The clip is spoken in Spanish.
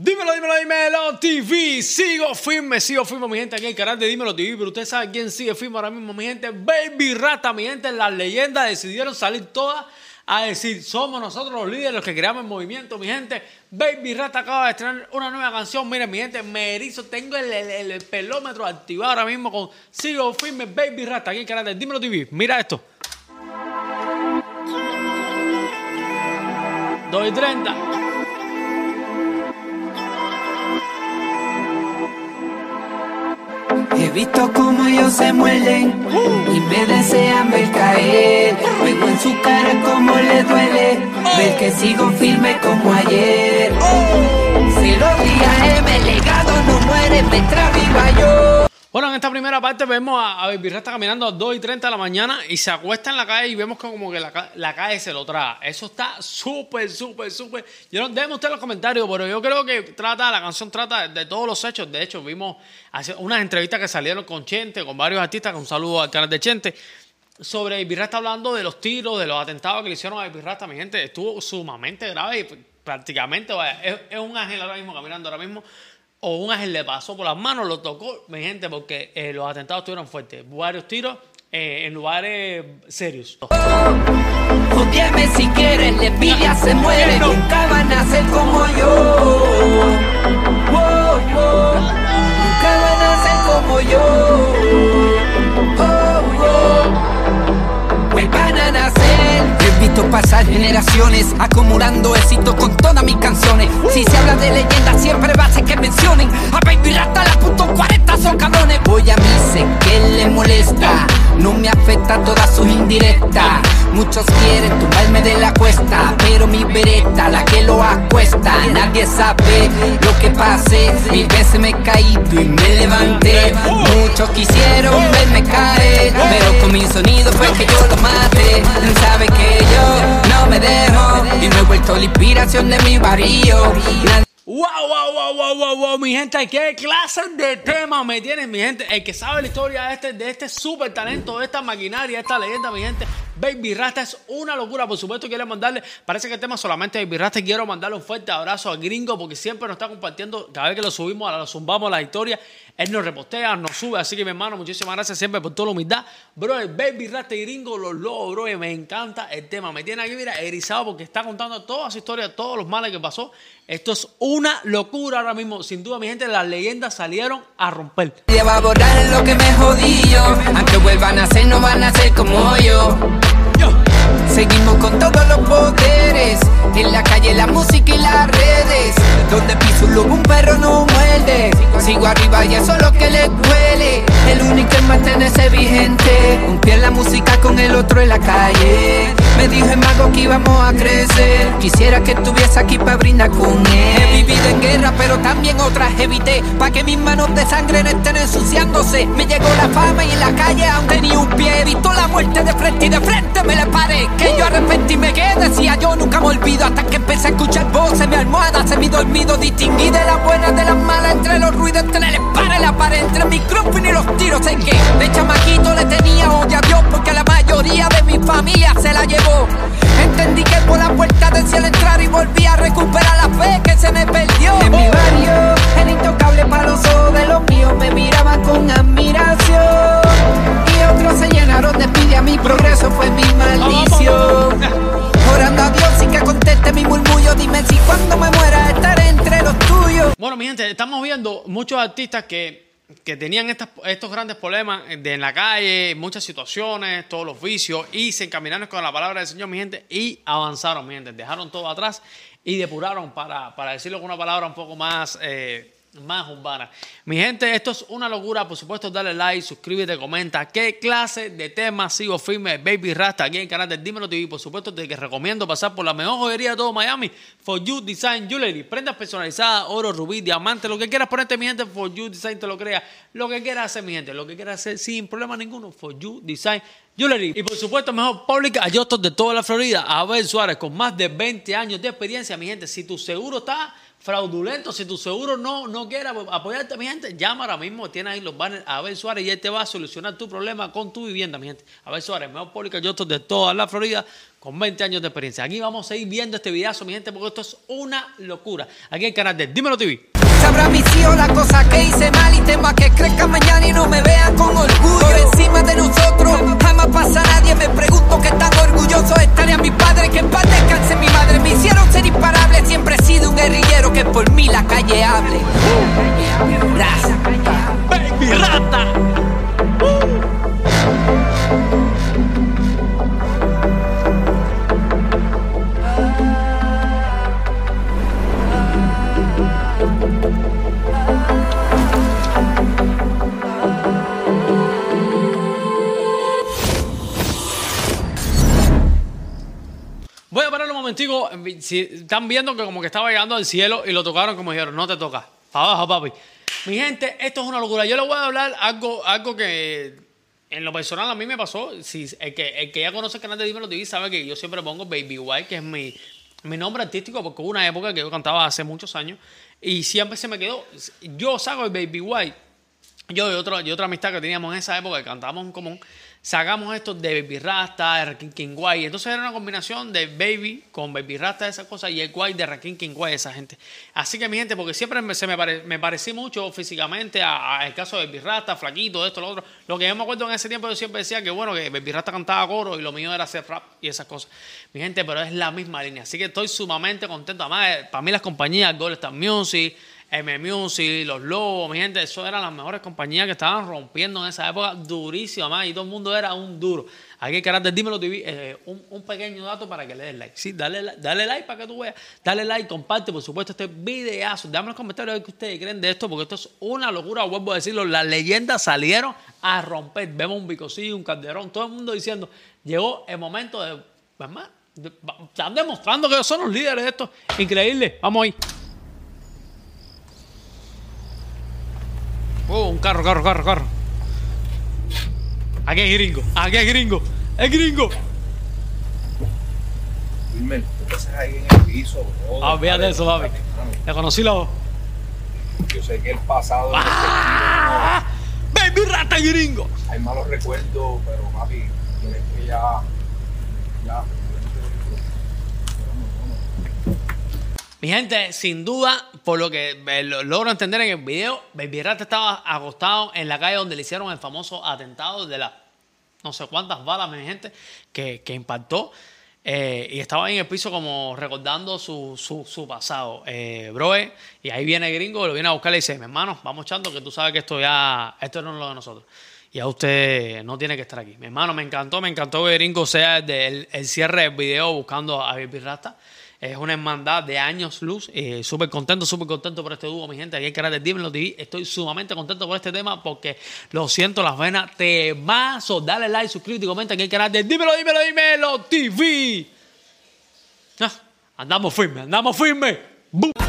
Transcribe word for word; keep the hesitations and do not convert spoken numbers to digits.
Dímelo, dímelo, dímelo, T V. Sigo firme, sigo firme, mi gente, aquí en el canal de Dímelo T V. Pero usted sabe quién sigue firme ahora mismo, mi gente. Baby Rasta, mi gente. Las leyendas decidieron salir todas a decir: somos nosotros los líderes, los que creamos el movimiento, mi gente. Baby Rasta acaba de estrenar una nueva canción. Miren, mi gente, me erizo. Tengo el, el, el pelómetro activado ahora mismo con Sigo firme, Baby Rasta, aquí en el canal de Dímelo T V. Mira esto. dos y treinta. He visto cómo ellos se muerden y me desean ver caer. Luego en su cara cómo les duele ver que sigo firme como ayer. Si los días en el legado no muere mientras viva yo. Bueno, en esta primera parte vemos a, a Baby Rasta caminando a dos y treinta de la mañana y se acuesta en la calle y vemos que como que la, la calle se lo traga. Eso está súper, súper, súper. Yo no, déjenme ustedes los comentarios, pero yo creo que trata, la canción trata de todos los hechos. De hecho, vimos hace unas entrevistas que salieron con Chente, con varios artistas, con un saludo al canal de Chente, sobre Baby Rasta hablando de los tiros, de los atentados que le hicieron a Baby Rasta. Mi gente, estuvo sumamente grave y prácticamente, vaya, es, es un ángel ahora mismo caminando ahora mismo. O un ángel le pasó por las manos, lo tocó, mi gente, porque eh, los atentados estuvieron fuertes. Varios tiros eh, en lugares serios. Jodíame si quieres, la envidia se muere, nunca van a ser como yo. Wow, wow. Nunca van a ser como yo. Oh, oh. Pues van a nacer. He visto pasar generaciones acumulando éxitos con todas mis canciones. Si se habla de leyendas siempre va a ser que mencionen a Baby Rasta, la punto cuarenta son cabrones. Voy a mí, sé que le molesta, no me afecta todas sus indirectas. Muchos quieren tumbarme de la cuesta, pero mi vereta, la que lo acuesta. Nadie sabe lo que pasé, mil veces me he caído y me levanté. Muchos quisieron verme caer, pero con mi sonido fue que yo lo maté. Sabe que yo no me dejo y me he vuelto la inspiración de mi barrio. Wow, wow, wow, wow, wow, wow, mi gente, qué clase de tema me tienen, mi gente. El que sabe la historia de este, de este súper talento, de esta maquinaria, de esta leyenda, mi gente, Baby Rasta es una locura. Por supuesto, quiero mandarle, parece que el tema solamente de Baby Rasta, y quiero mandarle un fuerte abrazo a Gringo, porque siempre nos está compartiendo, cada vez que lo subimos, lo zumbamos la historia, él nos repostea, nos sube. Así que, mi hermano, muchísimas gracias siempre por toda la humildad. Bro, el Baby Rasta y Gringo, los lobos, bro, y me encanta el tema. Me tiene aquí, mira, erizado, porque está contando toda su historia, todos los males que pasó. Esto es una locura ahora mismo. Sin duda, mi gente, las leyendas salieron a romper. Va a borrar lo que me jodió. Aunque vuelvan a ser, no van a ser como yo. Yo. Seguimos con todos los poderes, en la calle, la música y las redes. Donde piso un lobo, un perro no muerde. Sigo arriba y eso es lo que les duele. El único en mantenerse vigente, un pie en la música con el otro en la calle. Me dijo el mago que íbamos a crecer. Quisiera que estuviese aquí para brindar con él. He vivido en guerra, pero también otras evité, pa' que mis manos de sangre no estén ensuciándose. Me llegó la fama y en la calle aún tenía un pie. He visto la muerte de frente y de frente me le paré. Que yo arrepentí me quedé, decía yo, nunca me olvido. Hasta que empecé a escuchar voces, mi almohada, semi dormido. Distinguí de las buenas de las malas, entre los ruidos, entre el espara y la pared, entre el micrófono y los tiros. Sé que de chamaquito le tenía odio a Dios, porque la mayoría de mi familia se la llevó. Entendí que por la puerta del cielo entrar y volví a recuperar la fe que se me perdió. En mi barrio era intocable para los ojos de los míos, me miraban con admiración. Y otros se llenaron de envidia, mi progreso fue mi maldición. Orando a Dios y que conteste mi murmullo, dime si cuando me muera estaré entre los tuyos. Bueno, mi gente, estamos viendo muchos artistas que que tenían estas, estos grandes problemas de en la calle, muchas situaciones, todos los vicios, y se encaminaron con la palabra del Señor, mi gente, y avanzaron, mi gente, dejaron todo atrás y depuraron, para, para decirlo con una palabra un poco más, eh, más urbana. Mi gente, esto es una locura. Por supuesto, dale like, suscríbete, comenta qué clase de temas sigo firme Baby Rasta aquí en el canal de Dímelo T V. Por supuesto, te que recomiendo pasar por la mejor joyería de todo Miami, For You Design Jewelry. Prendas personalizadas, oro, rubí, diamante, lo que quieras ponerte, mi gente, For You Design te lo crea. Lo que quieras hacer, mi gente, lo que quieras hacer sin problema ninguno, For You Design Jewelry. Y por supuesto, mejor Public Adjuster de toda la Florida, Abel Suárez, con más de veinte años de experiencia, mi gente. Si tu seguro está fraudulento, si tu seguro no, no quiere apoyarte, mi gente, llama ahora mismo, tiene ahí los banners a Abel Suárez y él te va a solucionar tu problema con tu vivienda, mi gente. Abel Suárez, mejor Public Adjuster de toda la Florida, con veinte años de experiencia. Aquí vamos a seguir viendo este videazo, mi gente, porque esto es una locura. Aquí en el canal de Dímelo T V. Sabrá mis hijos las cosas que hice mal y tema que crezcan mañana y no me vean con orgullo. Por encima de nosotros jamás pasa nadie. Me pregunto qué tan orgulloso estaré a mis padres. Que en paz descanse mi madre. Me hicieron ser imparable. Siempre he sido un guerrillero que por mí la calle hable. Rasta. Baby Rasta. Voy a parar un momentico. Si están viendo que como que estaba llegando al cielo y lo tocaron como dijeron, no te toca. Para abajo, papi. Mi gente, esto es una locura. Yo les voy a hablar algo, algo que en lo personal a mí me pasó. Si el, que, el que ya conoce el canal de Dímelo T V sabe que yo siempre pongo Baby White, que es mi, mi nombre artístico, porque hubo una época que yo cantaba hace muchos años y siempre se me quedó. Yo saco el Baby White. Yo y, otro, y otra amistad que teníamos en esa época que cantábamos en común, sacamos esto de Baby Rasta, de Rakim King White. Entonces era una combinación de Baby con Baby Rasta, esas cosas, y el White de Rakim King White, esa gente. Así que mi gente, porque siempre me, se me, pare, me parecí mucho físicamente al caso de Baby Rasta, flaquito, esto, lo otro. Lo que yo me acuerdo en ese tiempo, yo siempre decía que bueno, que Baby Rasta cantaba coro y lo mío era hacer rap y esas cosas. Mi gente, pero es la misma línea. Así que estoy sumamente contento. Además, para mí las compañías, Gold Star Music, M Music, Los Lobos, mi gente, eso eran las mejores compañías que estaban rompiendo en esa época, durísima, más, y todo el mundo era un duro. Aquí el canal de Dímelo T V, eh, un, un pequeño dato para que le des like. Sí, dale, dale like para que tú veas, dale like, comparte, por supuesto, este videazo. Dame en los comentarios a ver qué ustedes creen de esto, porque esto es una locura, vuelvo a decirlo, las leyendas salieron a romper. Vemos un Bicocillo, un Calderón, todo el mundo diciendo, llegó el momento de, ¿verdad? De, están demostrando que ellos son los líderes de esto. Increíble, vamos ahí. Oh, un carro, carro, carro, carro. Aquí es gringo, aquí es gringo, es gringo. Dime, tú pasas ahí en el piso, bro. Ah, fíjate eso, papi. Le conocí la voz. Yo sé que el pasado. ¡Ah! ¡Baby Rasta gringo! Hay malos recuerdos, pero papi, tienes que ya. Ya. Mi gente, sin duda, por lo que lo logro entender en el video, Baby Rasta estaba acostado en la calle donde le hicieron el famoso atentado de las no sé cuántas balas, mi gente, que, que impactó. Eh, y estaba ahí en el piso como recordando su, su, su pasado. Eh, bro, eh, y ahí viene el gringo, lo viene a buscar y le dice, mi hermano, vamos echando que tú sabes que esto ya, esto no es lo de nosotros. Y a usted no tiene que estar aquí. Mi hermano, me encantó, me encantó que el gringo sea el, el, el cierre del video buscando a Baby Rasta. Es una hermandad de años luz. Eh, súper contento, súper contento por este dúo, mi gente. Aquí en el canal de Dímelo T V. Estoy sumamente contento por este tema porque lo siento, las venas te mazo. Dale like, suscríbete y comenta aquí en el canal de Dímelo, Dímelo, Dímelo T V. Ah, andamos firme, andamos firme. ¡Bum!